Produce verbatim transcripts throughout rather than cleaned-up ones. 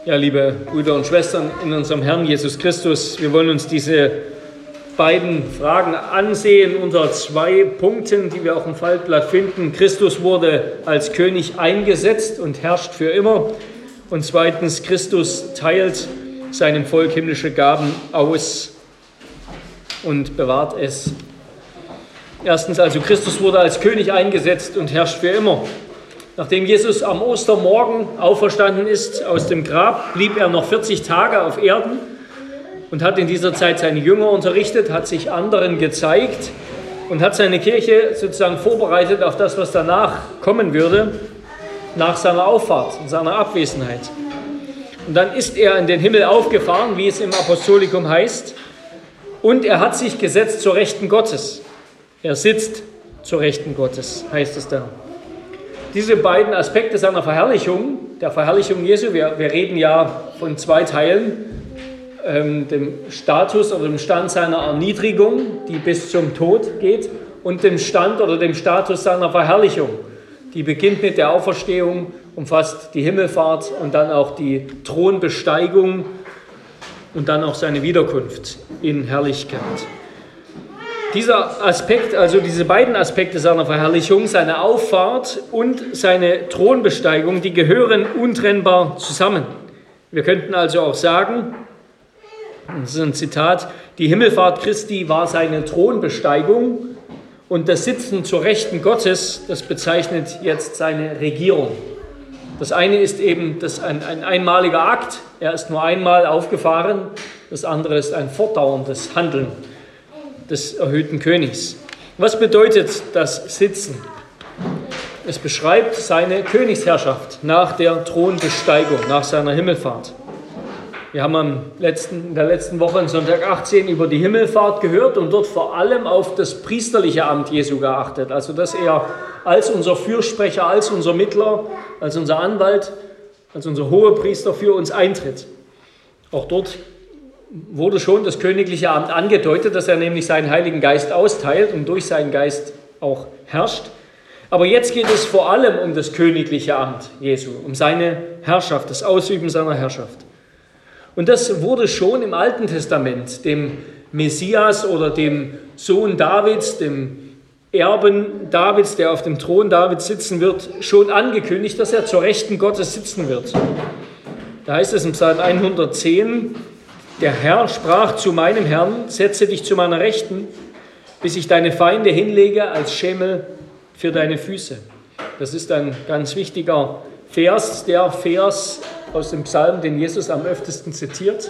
Ja, liebe Brüder und Schwestern in unserem Herrn Jesus Christus, wir wollen uns diese beiden Fragen ansehen unter zwei Punkten, die wir auch im Faltblatt finden. Christus wurde als König eingesetzt und herrscht für immer. Und zweitens, Christus teilt seinem Volk himmlische Gaben aus und bewahrt es. Erstens also, Christus wurde als König eingesetzt und herrscht für immer. Nachdem Jesus am Ostermorgen auferstanden ist aus dem Grab, blieb er noch vierzig Tage auf Erden und hat in dieser Zeit seine Jünger unterrichtet, hat sich anderen gezeigt und hat seine Kirche sozusagen vorbereitet auf das, was danach kommen würde, nach seiner Auffahrt und seiner Abwesenheit. Und dann ist er in den Himmel aufgefahren, wie es im Apostolikum heißt, und er hat sich gesetzt zur Rechten Gottes. Er sitzt zur Rechten Gottes, heißt es da. Diese beiden Aspekte seiner Verherrlichung, der Verherrlichung Jesu, wir, wir reden ja von zwei Teilen, ähm, dem Status oder dem Stand seiner Erniedrigung, die bis zum Tod geht, und dem Stand oder dem Status seiner Verherrlichung, die beginnt mit der Auferstehung, umfasst die Himmelfahrt und dann auch die Thronbesteigung und dann auch seine Wiederkunft in Herrlichkeit. Dieser Aspekt, also diese beiden Aspekte seiner Verherrlichung, seine Auffahrt und seine Thronbesteigung, die gehören untrennbar zusammen. Wir könnten also auch sagen, das ist ein Zitat, die Himmelfahrt Christi war seine Thronbesteigung und das Sitzen zur Rechten Gottes, das bezeichnet jetzt seine Regierung. Das eine ist eben das ein, ein einmaliger Akt, er ist nur einmal aufgefahren, das andere ist ein fortdauerndes Handeln des erhöhten Königs. Was bedeutet das Sitzen? Es beschreibt seine Königsherrschaft nach der Thronbesteigung, nach seiner Himmelfahrt. Wir haben am letzten, in der letzten Woche, in Sonntag achtzehn, über die Himmelfahrt gehört und dort vor allem auf das priesterliche Amt Jesu geachtet. Also, dass er als unser Fürsprecher, als unser Mittler, als unser Anwalt, als unser Hohepriester für uns eintritt. Auch dort wurde schon das königliche Amt angedeutet, dass er nämlich seinen Heiligen Geist austeilt und durch seinen Geist auch herrscht. Aber jetzt geht es vor allem um das königliche Amt Jesu, um seine Herrschaft, das Ausüben seiner Herrschaft. Und das wurde schon im Alten Testament dem Messias oder dem Sohn Davids, dem Erben Davids, der auf dem Thron Davids sitzen wird, schon angekündigt, dass er zur Rechten Gottes sitzen wird. Da heißt es im Psalm hundertzehn, der Herr sprach zu meinem Herrn, setze dich zu meiner Rechten, bis ich deine Feinde hinlege als Schemel für deine Füße. Das ist ein ganz wichtiger Vers, der Vers aus dem Psalm, den Jesus am öftesten zitiert,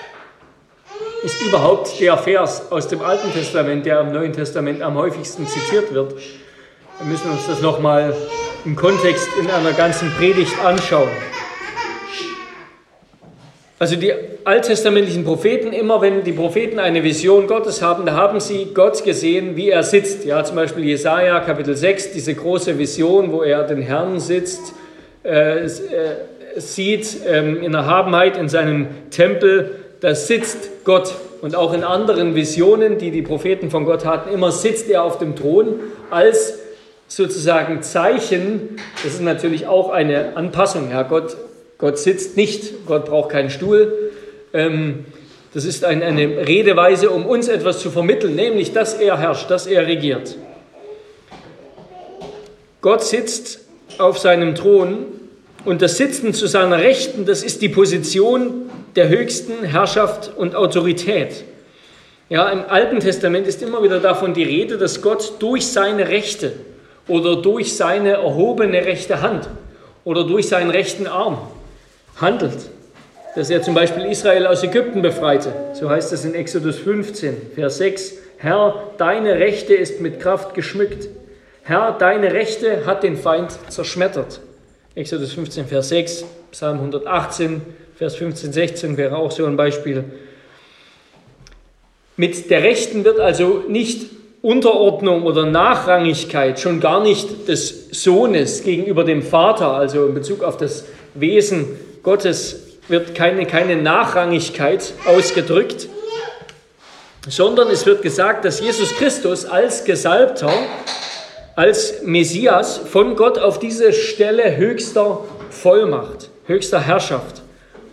ist überhaupt der Vers aus dem Alten Testament, der im Neuen Testament am häufigsten zitiert wird. Wir müssen uns das nochmal im Kontext in einer ganzen Predigt anschauen. Also die alttestamentlichen Propheten, immer wenn die Propheten eine Vision Gottes haben, da haben sie Gott gesehen, wie er sitzt. Ja, zum Beispiel Jesaja Kapitel sechs, diese große Vision, wo er den Herrn sitzt, äh, äh, sieht ähm, in Erhabenheit in seinem Tempel, da sitzt Gott. Und auch in anderen Visionen, die die Propheten von Gott hatten, immer sitzt er auf dem Thron als sozusagen Zeichen. Das ist natürlich auch eine Anpassung. Ja, Gott Gott sitzt nicht, Gott braucht keinen Stuhl. Das ist eine Redeweise, um uns etwas zu vermitteln, nämlich, dass er herrscht, dass er regiert. Gott sitzt auf seinem Thron und das Sitzen zu seiner Rechten, das ist die Position der höchsten Herrschaft und Autorität. Ja, im Alten Testament ist immer wieder davon die Rede, dass Gott durch seine Rechte oder durch seine erhobene rechte Hand oder durch seinen rechten Arm handelt, dass er zum Beispiel Israel aus Ägypten befreite. So heißt es in Exodus fünfzehn, Vers sechs. Herr, deine Rechte ist mit Kraft geschmückt. Herr, deine Rechte hat den Feind zerschmettert. Exodus fünfzehn, Vers sechs, Psalm hundertachtzehn, Vers fünfzehn, sechzehn wäre auch so ein Beispiel. Mit der Rechten wird also nicht Unterordnung oder Nachrangigkeit, schon gar nicht des Sohnes gegenüber dem Vater, also in Bezug auf das Wesen Gottes wird keine, keine Nachrangigkeit ausgedrückt, sondern es wird gesagt, dass Jesus Christus als Gesalbter, als Messias von Gott auf diese Stelle höchster Vollmacht, höchster Herrschaft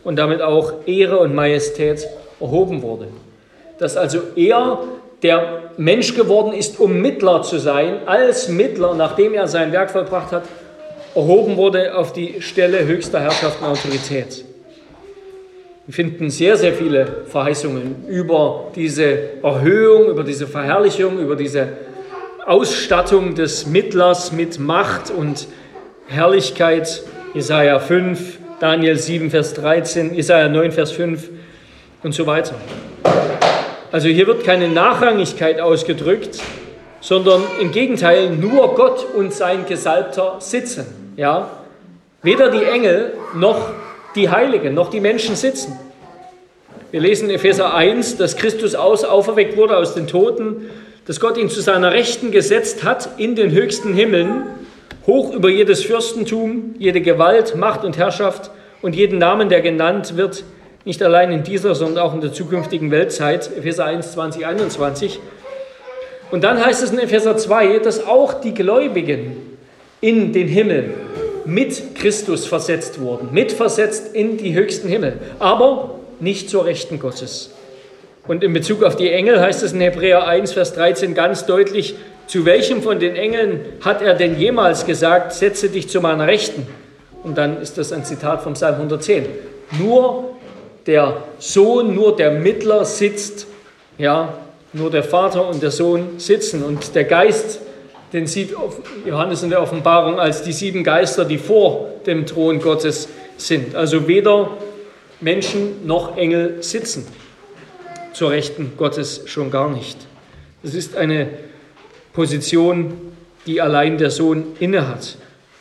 und damit auch Ehre und Majestät erhoben wurde. Dass also er, der Mensch geworden ist, um Mittler zu sein, als Mittler, nachdem er sein Werk vollbracht hat, erhoben wurde auf die Stelle höchster Herrschaft und Autorität. Wir finden sehr, sehr viele Verheißungen über diese Erhöhung, über diese Verherrlichung, über diese Ausstattung des Mittlers mit Macht und Herrlichkeit. Jesaja fünf, Daniel sieben, Vers dreizehn, Jesaja neun, Vers fünf und so weiter. Also hier wird keine Nachrangigkeit ausgedrückt, sondern im Gegenteil, nur Gott und sein Gesalbter sitzen. Ja? Weder die Engel noch die Heiligen, noch die Menschen sitzen. Wir lesen in Epheser eins, dass Christus aus, auferweckt wurde aus den Toten, dass Gott ihn zu seiner Rechten gesetzt hat in den höchsten Himmeln, hoch über jedes Fürstentum, jede Gewalt, Macht und Herrschaft und jeden Namen, der genannt wird, nicht allein in dieser, sondern auch in der zukünftigen Weltzeit, Epheser eins, zwanzig, einundzwanzig. Und dann heißt es in Epheser zwei, dass auch die Gläubigen in den Himmel mit Christus versetzt wurden, mitversetzt in die höchsten Himmel, aber nicht zur Rechten Gottes. Und in Bezug auf die Engel heißt es in Hebräer eins, Vers dreizehn ganz deutlich, zu welchem von den Engeln hat er denn jemals gesagt, setze dich zu meiner Rechten? Und dann ist das ein Zitat vom Psalm hundertzehn. Nur der Sohn, nur der Mittler sitzt, ja, nur der Vater und der Sohn sitzen. Und der Geist, den sieht Johannes in der Offenbarung als die sieben Geister, die vor dem Thron Gottes sind. Also weder Menschen noch Engel sitzen. Zur Rechten Gottes schon gar nicht. Das ist eine Position, die allein der Sohn innehat.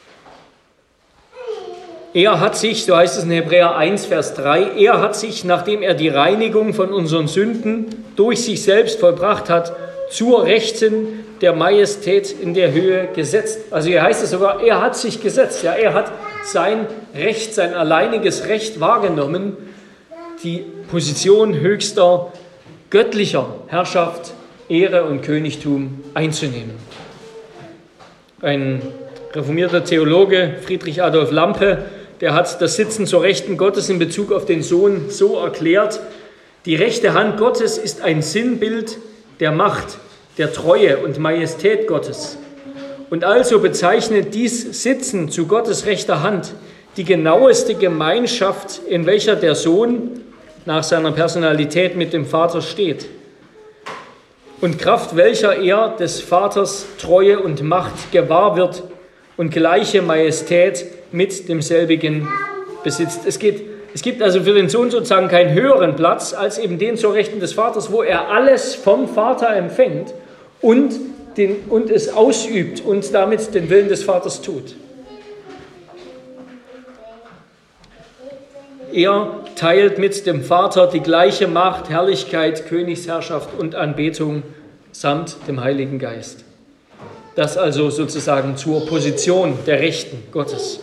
Er hat sich, so heißt es in Hebräer eins, Vers drei, er hat sich, nachdem er die Reinigung von unseren Sünden durch sich selbst vollbracht hat, zur Rechten der Majestät in der Höhe gesetzt. Also hier heißt es sogar, er hat sich gesetzt. Ja, er hat sein Recht, sein alleiniges Recht wahrgenommen, die Position höchster göttlicher Herrschaft, Ehre und Königtum einzunehmen. Ein reformierter Theologe, Friedrich Adolf Lampe, der hat das Sitzen zur Rechten Gottes in Bezug auf den Sohn so erklärt: Die rechte Hand Gottes ist ein Sinnbild der Macht, der Treue und Majestät Gottes. Und also bezeichnet dies Sitzen zu Gottes rechter Hand die genaueste Gemeinschaft, in welcher der Sohn nach seiner Personalität mit dem Vater steht und Kraft welcher er des Vaters Treue und Macht gewahr wird und gleiche Majestät mit demselbigen besitzt. Es geht, es gibt also für den Sohn sozusagen keinen höheren Platz als eben den zur Rechten des Vaters, wo er alles vom Vater empfängt und, den, und es ausübt und damit den Willen des Vaters tut. Er teilt mit dem Vater die gleiche Macht, Herrlichkeit, Königsherrschaft und Anbetung samt dem Heiligen Geist. Das also sozusagen zur Position der Rechten Gottes.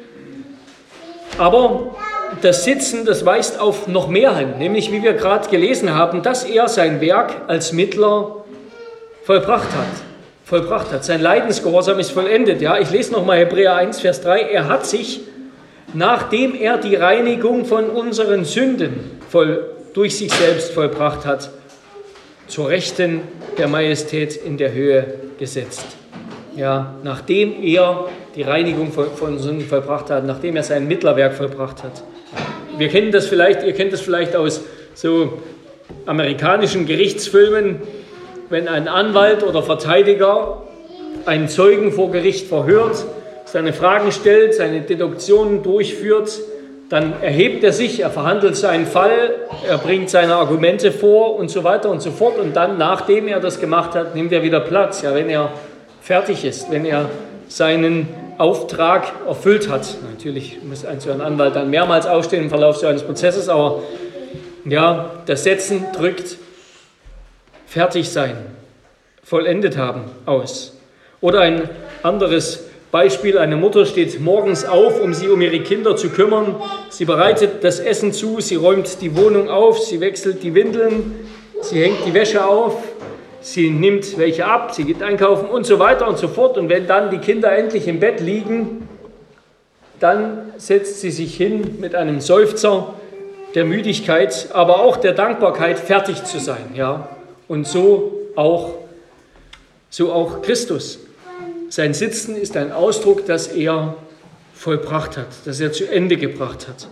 Aber das Sitzen, das weist auf noch mehr hin, nämlich wie wir gerade gelesen haben, dass er sein Werk als Mittler vollbracht hat. Vollbracht hat. Sein Leidensgehorsam ist vollendet. Ja, ich lese nochmal Hebräer eins, Vers drei. Er hat sich, nachdem er die Reinigung von unseren Sünden voll, durch sich selbst vollbracht hat, zur Rechten der Majestät in der Höhe gesetzt. Ja, nachdem er die Reinigung von, von Sünden vollbracht hat, nachdem er sein Mittlerwerk vollbracht hat. Wir kennen das vielleicht, ihr kennt das vielleicht aus so amerikanischen Gerichtsfilmen, wenn ein Anwalt oder Verteidiger einen Zeugen vor Gericht verhört, seine Fragen stellt, seine Deduktionen durchführt, dann erhebt er sich, er verhandelt seinen Fall, er bringt seine Argumente vor und so weiter und so fort. Und dann, nachdem er das gemacht hat, nimmt er wieder Platz, ja, wenn er fertig ist, wenn er seinen Auftrag erfüllt hat. Natürlich muss ein so ein Anwalt dann mehrmals aufstehen im Verlauf so eines Prozesses, aber ja, das Setzen drückt fertig sein, vollendet haben aus. Oder ein anderes Beispiel, eine Mutter steht morgens auf, um sich um ihre Kinder zu kümmern. Sie bereitet das Essen zu, sie räumt die Wohnung auf, sie wechselt die Windeln, sie hängt die Wäsche auf, sie nimmt welche ab, sie geht einkaufen und so weiter und so fort. Und wenn dann die Kinder endlich im Bett liegen, dann setzt sie sich hin mit einem Seufzer, der Müdigkeit, aber auch der Dankbarkeit fertig zu sein. Ja? Und so auch, so auch Christus. Sein Sitzen ist ein Ausdruck, dass er vollbracht hat, dass er zu Ende gebracht hat.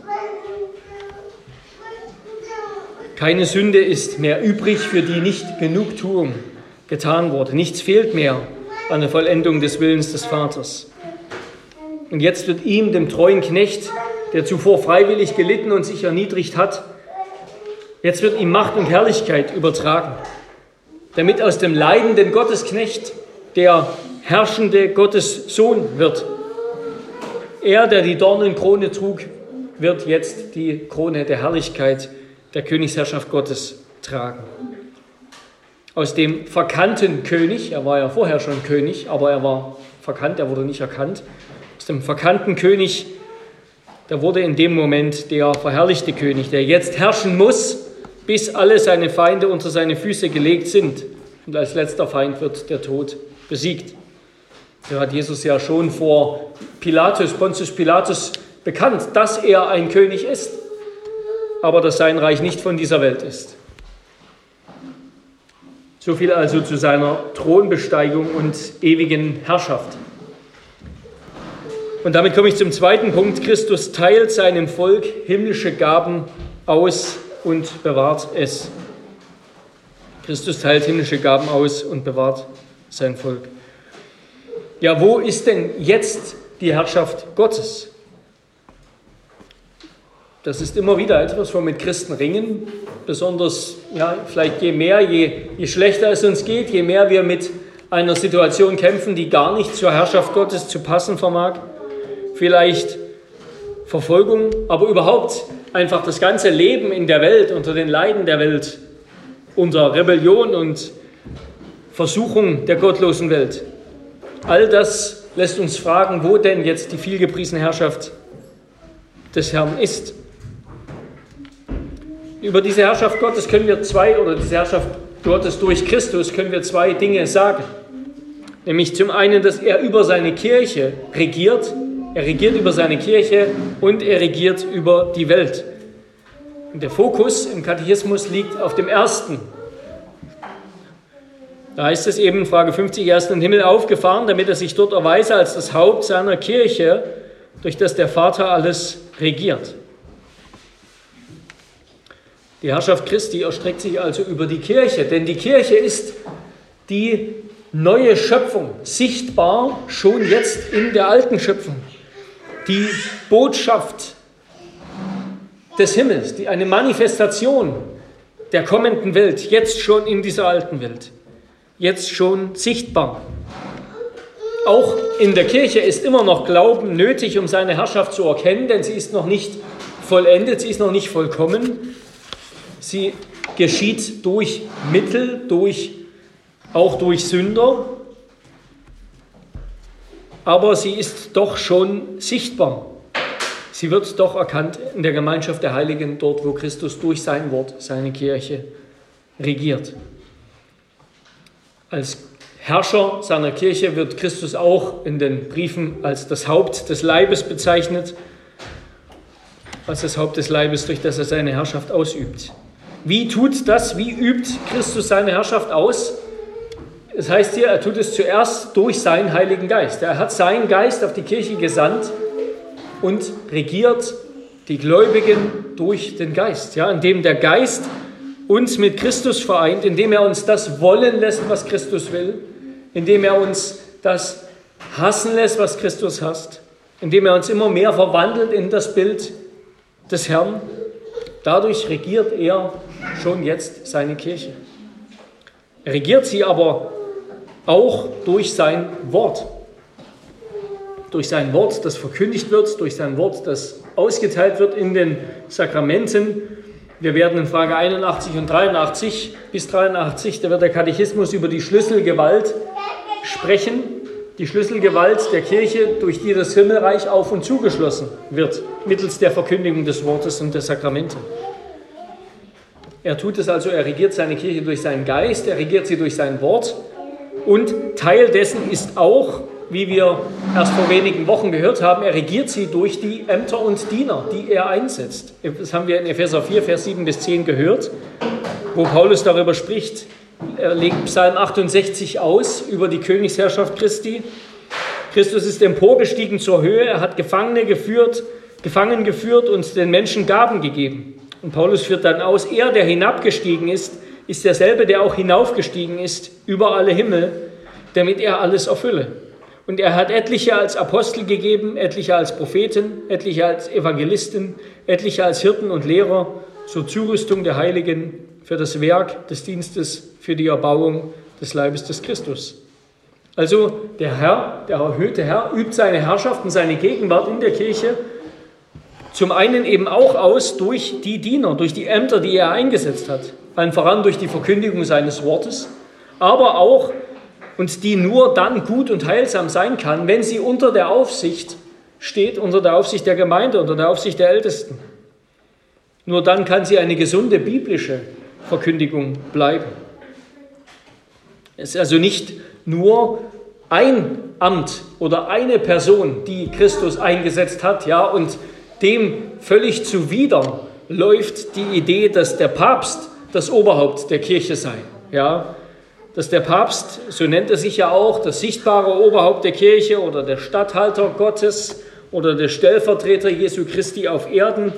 Keine Sünde ist mehr übrig, für die nicht Genugtuung getan wurde. Nichts fehlt mehr an der Vollendung des Willens des Vaters. Und jetzt wird ihm, dem treuen Knecht, der zuvor freiwillig gelitten und sich erniedrigt hat, jetzt wird ihm Macht und Herrlichkeit übertragen, damit aus dem leidenden Gottesknecht der herrschende Gottes Sohn wird. Er, der die Dornenkrone trug, wird jetzt die Krone der Herrlichkeit der Königsherrschaft Gottes tragen. Aus dem verkannten König, er war ja vorher schon König, aber er war verkannt, er wurde nicht erkannt, aus dem verkannten König, da wurde in dem Moment der verherrlichte König, der jetzt herrschen muss, bis alle seine Feinde unter seine Füße gelegt sind. Und als letzter Feind wird der Tod besiegt. So hat Jesus ja schon vor Pilatus, Pontius Pilatus, bekannt, dass er ein König ist, aber dass sein Reich nicht von dieser Welt ist. So viel also zu seiner Thronbesteigung und ewigen Herrschaft. Und damit komme ich zum zweiten Punkt. Christus teilt seinem Volk himmlische Gaben aus und bewahrt es. Christus teilt himmlische Gaben aus und bewahrt sein Volk. Ja, wo ist denn jetzt die Herrschaft Gottes? Das ist immer wieder etwas, womit Christen ringen. Besonders, ja, vielleicht je mehr, je, je schlechter es uns geht, je mehr wir mit einer Situation kämpfen, die gar nicht zur Herrschaft Gottes zu passen vermag. Vielleicht Verfolgung, aber überhaupt einfach das ganze Leben in der Welt, unter den Leiden der Welt, unter Rebellion und Versuchung der gottlosen Welt. All das lässt uns fragen, wo denn jetzt die vielgepriesene Herrschaft des Herrn ist. Über diese Herrschaft Gottes können wir zwei, oder diese Herrschaft Gottes durch Christus können wir zwei Dinge sagen. Nämlich zum einen, dass er über seine Kirche regiert. Er regiert über seine Kirche und er regiert über die Welt. Und der Fokus im Katechismus liegt auf dem ersten. Da heißt es eben, Frage fünfzig, er ist in den Himmel aufgefahren, damit er sich dort erweise als das Haupt seiner Kirche, durch das der Vater alles regiert. Die Herrschaft Christi erstreckt sich also über die Kirche, denn die Kirche ist die neue Schöpfung, sichtbar schon jetzt in der alten Schöpfung. Die Botschaft des Himmels, die eine Manifestation der kommenden Welt, jetzt schon in dieser alten Welt, jetzt schon sichtbar. Auch in der Kirche ist immer noch Glauben nötig, um seine Herrschaft zu erkennen, denn sie ist noch nicht vollendet, sie ist noch nicht vollkommen. Sie geschieht durch Mittel, durch, auch durch Sünder, aber sie ist doch schon sichtbar. Sie wird doch erkannt in der Gemeinschaft der Heiligen, dort wo Christus durch sein Wort, seine Kirche regiert. Als Herrscher seiner Kirche wird Christus auch in den Briefen als das Haupt des Leibes bezeichnet, als das Haupt des Leibes, durch das er seine Herrschaft ausübt. Wie tut das, wie übt Christus seine Herrschaft aus? Es heißt hier, er tut es zuerst durch seinen Heiligen Geist. Er hat seinen Geist auf die Kirche gesandt und regiert die Gläubigen durch den Geist, ja, indem der Geist uns mit Christus vereint, indem er uns das wollen lässt, was Christus will, indem er uns das hassen lässt, was Christus hasst, indem er uns immer mehr verwandelt in das Bild des Herrn. Dadurch regiert er schon jetzt seine Kirche. Er regiert sie aber auch durch sein Wort. Durch sein Wort, das verkündigt wird, durch sein Wort, das ausgeteilt wird in den Sakramenten. Wir werden in Frage einundachtzig und dreiundachtzig bis dreiundachtzig, da wird der Katechismus über die Schlüsselgewalt sprechen. Die Schlüsselgewalt der Kirche, durch die das Himmelreich auf und zugeschlossen wird, mittels der Verkündigung des Wortes und der Sakramente. Er tut es also, er regiert seine Kirche durch seinen Geist, er regiert sie durch sein Wort und Teil dessen ist auch wie wir erst vor wenigen Wochen gehört haben, er regiert sie durch die Ämter und Diener, die er einsetzt. Das haben wir in Epheser vier, Vers sieben bis zehn gehört, wo Paulus darüber spricht. Er legt Psalm achtundsechzig aus über die Königsherrschaft Christi. Christus ist emporgestiegen zur Höhe, er hat Gefangene geführt, Gefangen geführt und den Menschen Gaben gegeben. Und Paulus führt dann aus, er, der hinabgestiegen ist, ist derselbe, der auch hinaufgestiegen ist über alle Himmel, damit er alles erfülle. Und er hat etliche als Apostel gegeben, etliche als Propheten, etliche als Evangelisten, etliche als Hirten und Lehrer zur Zurüstung der Heiligen für das Werk des Dienstes, für die Erbauung des Leibes des Christus. Also der Herr, der erhöhte Herr, übt seine Herrschaft und seine Gegenwart in der Kirche zum einen eben auch aus durch die Diener, durch die Ämter, die er eingesetzt hat, allen voran durch die Verkündigung seines Wortes, aber auch, und die nur dann gut und heilsam sein kann, wenn sie unter der Aufsicht steht, unter der Aufsicht der Gemeinde, unter der Aufsicht der Ältesten. Nur dann kann sie eine gesunde biblische Verkündigung bleiben. Es ist also nicht nur ein Amt oder eine Person, die Christus eingesetzt hat, ja, und dem völlig zuwider läuft die Idee, dass der Papst das Oberhaupt der Kirche sei, ja, dass der Papst, so nennt er sich ja auch, das sichtbare Oberhaupt der Kirche oder der Statthalter Gottes oder der Stellvertreter Jesu Christi auf Erden,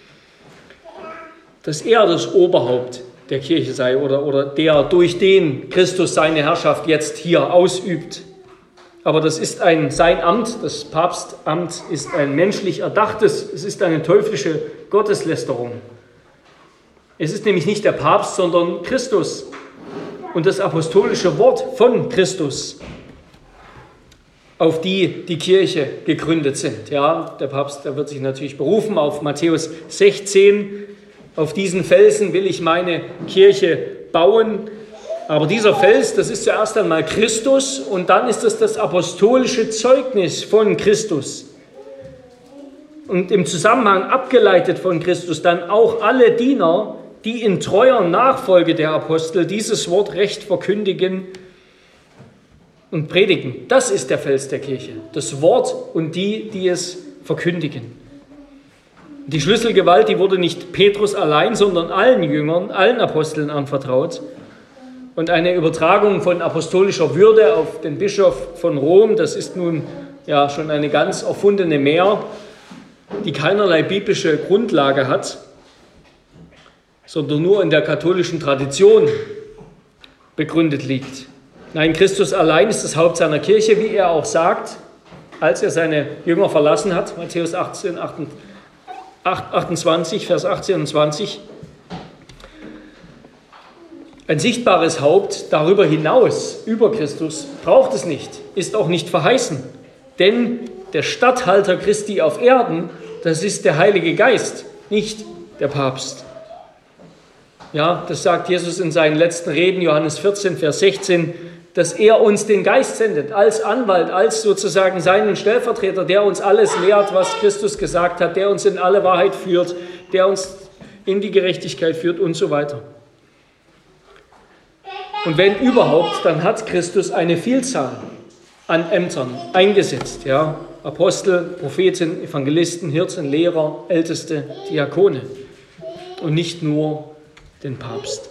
dass er das Oberhaupt der Kirche sei oder, oder der, durch den Christus seine Herrschaft jetzt hier ausübt. Aber das ist ein, sein Amt, das Papstamt ist ein menschlich erdachtes, es ist eine teuflische Gotteslästerung. Es ist nämlich nicht der Papst, sondern Christus und das apostolische Wort von Christus, auf die die Kirche gegründet sind. Ja, der Papst, der wird sich natürlich berufen auf Matthäus sechzehn, auf diesen Felsen will ich meine Kirche bauen. Aber dieser Fels, das ist zuerst einmal Christus und dann ist das das apostolische Zeugnis von Christus. Und im Zusammenhang abgeleitet von Christus dann auch alle Diener, die in treuer Nachfolge der Apostel dieses Wort recht verkündigen und predigen. Das ist der Fels der Kirche, das Wort und die, die es verkündigen. Die Schlüsselgewalt, die wurde nicht Petrus allein, sondern allen Jüngern, allen Aposteln anvertraut. Und eine Übertragung von apostolischer Würde auf den Bischof von Rom, das ist nun ja schon eine ganz erfundene Mär, die keinerlei biblische Grundlage hat, sondern nur in der katholischen Tradition begründet liegt. Nein, Christus allein ist das Haupt seiner Kirche, wie er auch sagt, als er seine Jünger verlassen hat, Matthäus achtzehn, achtundzwanzig, Vers achtzehn und zwanzig. Ein sichtbares Haupt darüber hinaus, über Christus, braucht es nicht, ist auch nicht verheißen. Denn der Statthalter Christi auf Erden, das ist der Heilige Geist, nicht der Papst. Ja, das sagt Jesus in seinen letzten Reden, Johannes vierzehn, Vers sechzehn, dass er uns den Geist sendet, als Anwalt, als sozusagen seinen Stellvertreter, der uns alles lehrt, was Christus gesagt hat, der uns in alle Wahrheit führt, der uns in die Gerechtigkeit führt und so weiter. Und wenn überhaupt, dann hat Christus eine Vielzahl an Ämtern eingesetzt. Ja? Apostel, Propheten, Evangelisten, Hirten, Lehrer, Älteste, Diakone. Und nicht nur den Papst.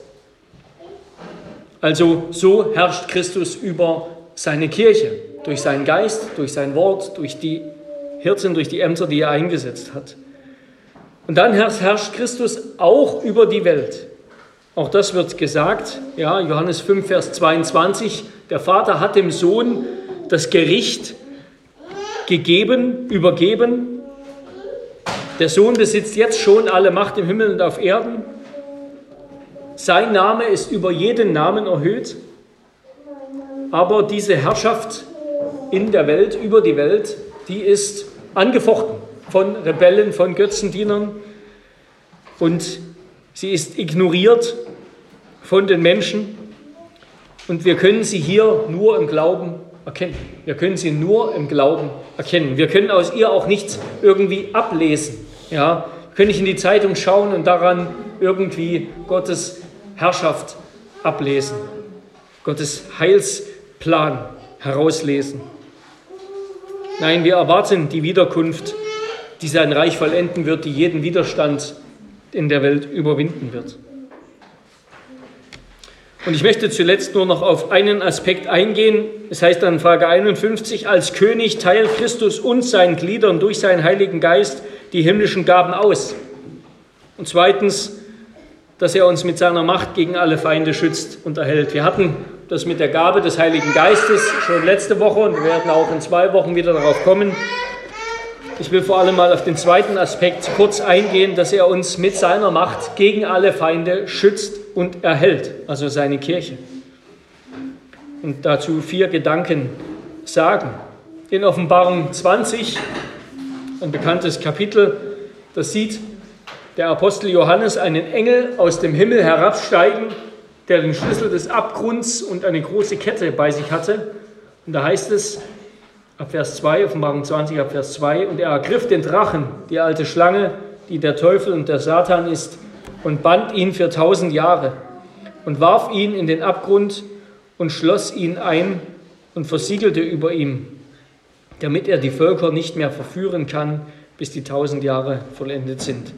Also so herrscht Christus über seine Kirche, durch seinen Geist, durch sein Wort, durch die Hirten, durch die Ämter, die er eingesetzt hat. Und dann herrscht Christus auch über die Welt. Auch das wird gesagt, ja, Johannes fünf, Vers zweiundzwanzig, der Vater hat dem Sohn das Gericht gegeben, übergeben. Der Sohn besitzt jetzt schon alle Macht im Himmel und auf Erden. Sein Name ist über jeden Namen erhöht, aber diese Herrschaft in der Welt, über die Welt, die ist angefochten von Rebellen, von Götzendienern und sie ist ignoriert von den Menschen und wir können sie hier nur im Glauben erkennen. Wir können sie nur im Glauben erkennen. Wir können aus ihr auch nichts irgendwie ablesen. Ja? Wir können nicht in die Zeitung schauen und daran irgendwie Gottes Herrschaft ablesen, Gottes Heilsplan herauslesen. Nein, wir erwarten die Wiederkunft, die sein Reich vollenden wird, die jeden Widerstand in der Welt überwinden wird. Und ich möchte zuletzt nur noch auf einen Aspekt eingehen. Es heißt dann in Frage einundfünfzig, als König teilt Christus uns, seinen Gliedern, durch seinen Heiligen Geist die himmlischen Gaben aus. Und zweitens, dass er uns mit seiner Macht gegen alle Feinde schützt und erhält. Wir hatten das mit der Gabe des Heiligen Geistes schon letzte Woche und wir werden auch in zwei Wochen wieder darauf kommen. Ich will vor allem mal auf den zweiten Aspekt kurz eingehen, dass er uns mit seiner Macht gegen alle Feinde schützt und erhält, also seine Kirche. Und dazu vier Gedanken sagen. In Offenbarung zwanzig, ein bekanntes Kapitel, das sieht der Apostel Johannes einen Engel aus dem Himmel herabsteigen, der den Schlüssel des Abgrunds und eine große Kette bei sich hatte. Und da heißt es, ab Vers zwei, Offenbarung zwanzig, ab Vers zwei, und er ergriff den Drachen, die alte Schlange, die der Teufel und der Satan ist, und band ihn für tausend Jahre und warf ihn in den Abgrund und schloss ihn ein und versiegelte über ihm, damit er die Völker nicht mehr verführen kann, bis die tausend Jahre vollendet sind.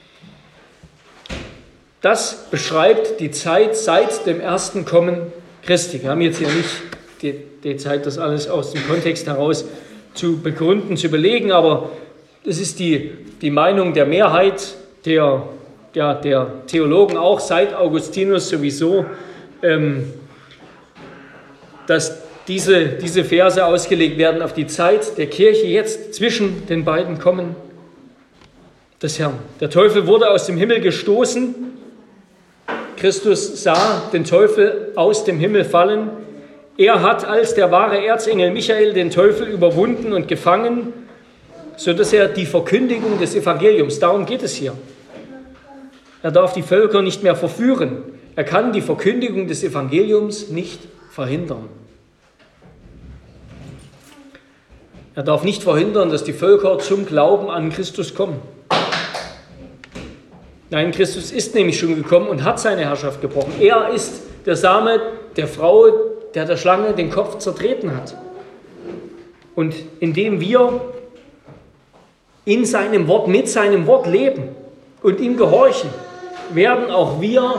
Das beschreibt die Zeit seit dem ersten Kommen Christi. Wir haben jetzt hier nicht die, die Zeit, das alles aus dem Kontext heraus zu begründen, zu belegen, aber das ist die, die Meinung der Mehrheit der, der, der Theologen, auch seit Augustinus sowieso, ähm, dass diese, diese Verse ausgelegt werden auf die Zeit der Kirche jetzt zwischen den beiden Kommen des Herrn. Der Teufel wurde aus dem Himmel gestoßen. Christus sah den Teufel aus dem Himmel fallen. Er hat als der wahre Erzengel Michael den Teufel überwunden und gefangen, sodass er die Verkündigung des Evangeliums, darum geht es hier. Er darf die Völker nicht mehr verführen. Er kann die Verkündigung des Evangeliums nicht verhindern. Er darf nicht verhindern, dass die Völker zum Glauben an Christus kommen. Nein, Christus ist nämlich schon gekommen und hat seine Herrschaft gebrochen. Er ist der Same der Frau, der der Schlange den Kopf zertreten hat. Und indem wir in seinem Wort, mit seinem Wort leben und ihm gehorchen, werden auch wir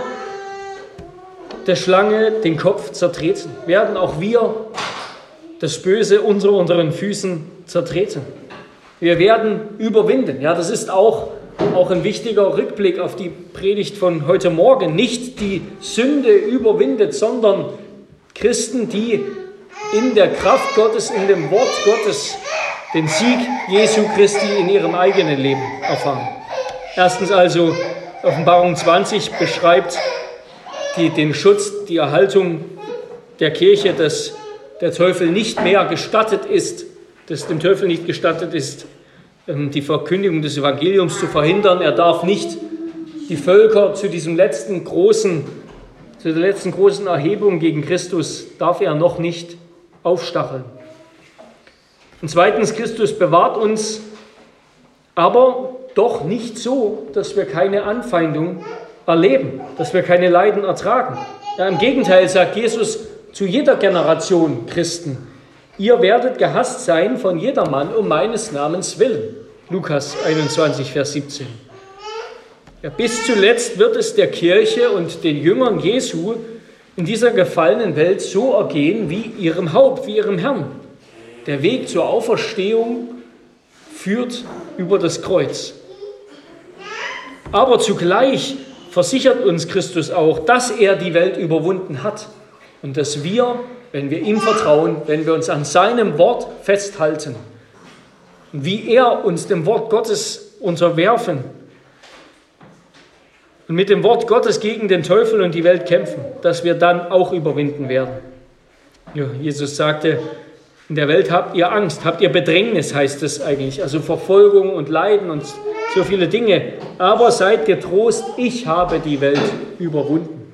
der Schlange den Kopf zertreten, werden auch wir das Böse unter unseren Füßen zertreten. Wir werden überwinden. Ja, das ist auch Auch ein wichtiger Rückblick auf die Predigt von heute Morgen. Nicht die Sünde überwindet, sondern Christen, die in der Kraft Gottes, in dem Wort Gottes, den Sieg Jesu Christi in ihrem eigenen Leben erfahren. Erstens also, Offenbarung zwanzig beschreibt die, den Schutz, die Erhaltung der Kirche, dass der Teufel nicht mehr gestattet ist, dass dem Teufel nicht gestattet ist, die Verkündigung des Evangeliums zu verhindern. Er darf nicht die Völker zu diesem letzten großen, zu der letzten großen Erhebung gegen Christus, darf er noch nicht aufstacheln. Und zweitens, Christus bewahrt uns, aber doch nicht so, dass wir keine Anfeindung erleben, dass wir keine Leiden ertragen. Ja, im Gegenteil sagt Jesus zu jeder Generation Christen: Ihr werdet gehasst sein von jedermann um meines Namens willen. Lukas einundzwanzig, Vers siebzehn. Ja, bis zuletzt wird es der Kirche und den Jüngern Jesu in dieser gefallenen Welt so ergehen wie ihrem Haupt, wie ihrem Herrn. Der Weg zur Auferstehung führt über das Kreuz. Aber zugleich versichert uns Christus auch, dass er die Welt überwunden hat und dass wir, wenn wir ihm vertrauen, wenn wir uns an seinem Wort festhalten, wie er uns dem Wort Gottes unterwerfen und mit dem Wort Gottes gegen den Teufel und die Welt kämpfen, dass wir dann auch überwinden werden. Ja, Jesus sagte, in der Welt habt ihr Angst, habt ihr Bedrängnis, heißt es eigentlich, also Verfolgung und Leiden und so viele Dinge. Aber seid getrost, ich habe die Welt überwunden.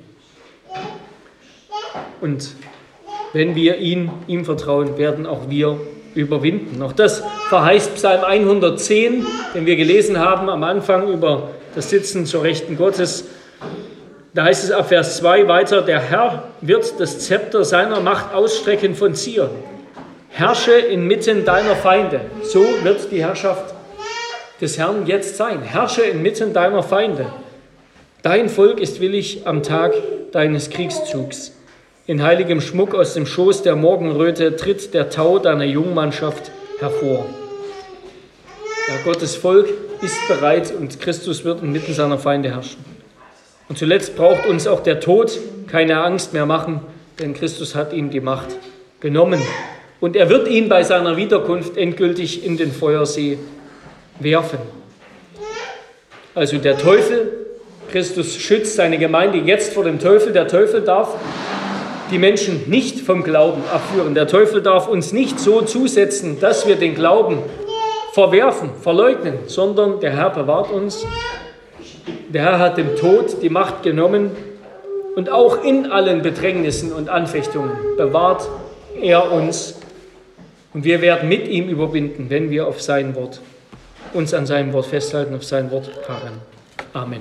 Und wenn wir ihn, ihm vertrauen, werden auch wir überwinden. Auch das verheißt Psalm hundertzehn, den wir gelesen haben am Anfang über das Sitzen zur Rechten Gottes. Da heißt es ab Vers zwei weiter: Der Herr wird das Zepter seiner Macht ausstrecken von Zion. herrsche inmitten deiner Feinde. So wird die Herrschaft des Herrn jetzt sein. Herrsche inmitten deiner Feinde. Dein Volk ist willig am Tag deines Kriegszugs. In heiligem Schmuck aus dem Schoß der Morgenröte tritt der Tau deiner Jungmannschaft hervor. Ja, Gottes Volk ist bereit und Christus wird inmitten seiner Feinde herrschen. Und zuletzt braucht uns auch der Tod keine Angst mehr machen, denn Christus hat ihm die Macht genommen. Und er wird ihn bei seiner Wiederkunft endgültig in den Feuersee werfen. Also der Teufel, Christus schützt seine Gemeinde jetzt vor dem Teufel. Der Teufel darf die Menschen nicht vom Glauben abführen. Der Teufel darf uns nicht so zusetzen, dass wir den Glauben verwerfen, verleugnen, sondern der Herr bewahrt uns. Der Herr hat dem Tod die Macht genommen und auch in allen Bedrängnissen und Anfechtungen bewahrt er uns. Und wir werden mit ihm überwinden, wenn wir auf sein Wort, uns an seinem Wort festhalten, auf sein Wort harren. Amen.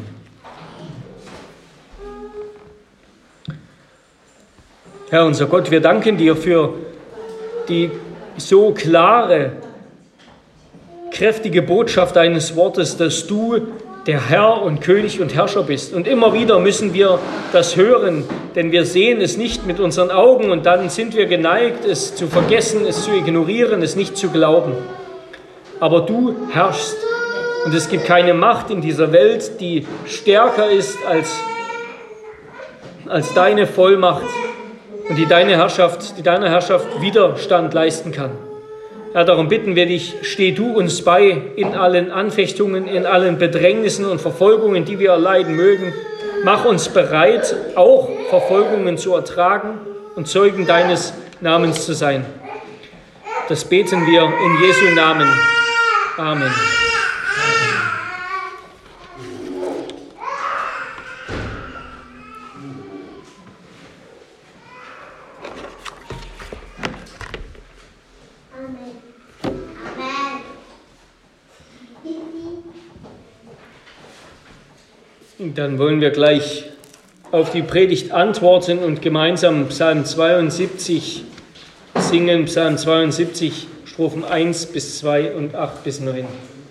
Herr unser Gott, wir danken dir für die so klare, kräftige Botschaft deines Wortes, dass du der Herr und König und Herrscher bist. Und immer wieder müssen wir das hören, denn wir sehen es nicht mit unseren Augen und dann sind wir geneigt, es zu vergessen, es zu ignorieren, es nicht zu glauben. Aber du herrschst und es gibt keine Macht in dieser Welt, die stärker ist als, als deine Vollmacht und die deine Herrschaft, die deiner Herrschaft Widerstand leisten kann. Herr, darum bitten wir dich, steh du uns bei in allen Anfechtungen, in allen Bedrängnissen und Verfolgungen, die wir erleiden mögen. Mach uns bereit, auch Verfolgungen zu ertragen und Zeugen deines Namens zu sein. Das beten wir in Jesu Namen. Amen. Dann wollen wir gleich auf die Predigt antworten und gemeinsam Psalm zweiundsiebzig singen. Psalm zweiundsiebzig, Strophen eins bis zwei und acht bis neun.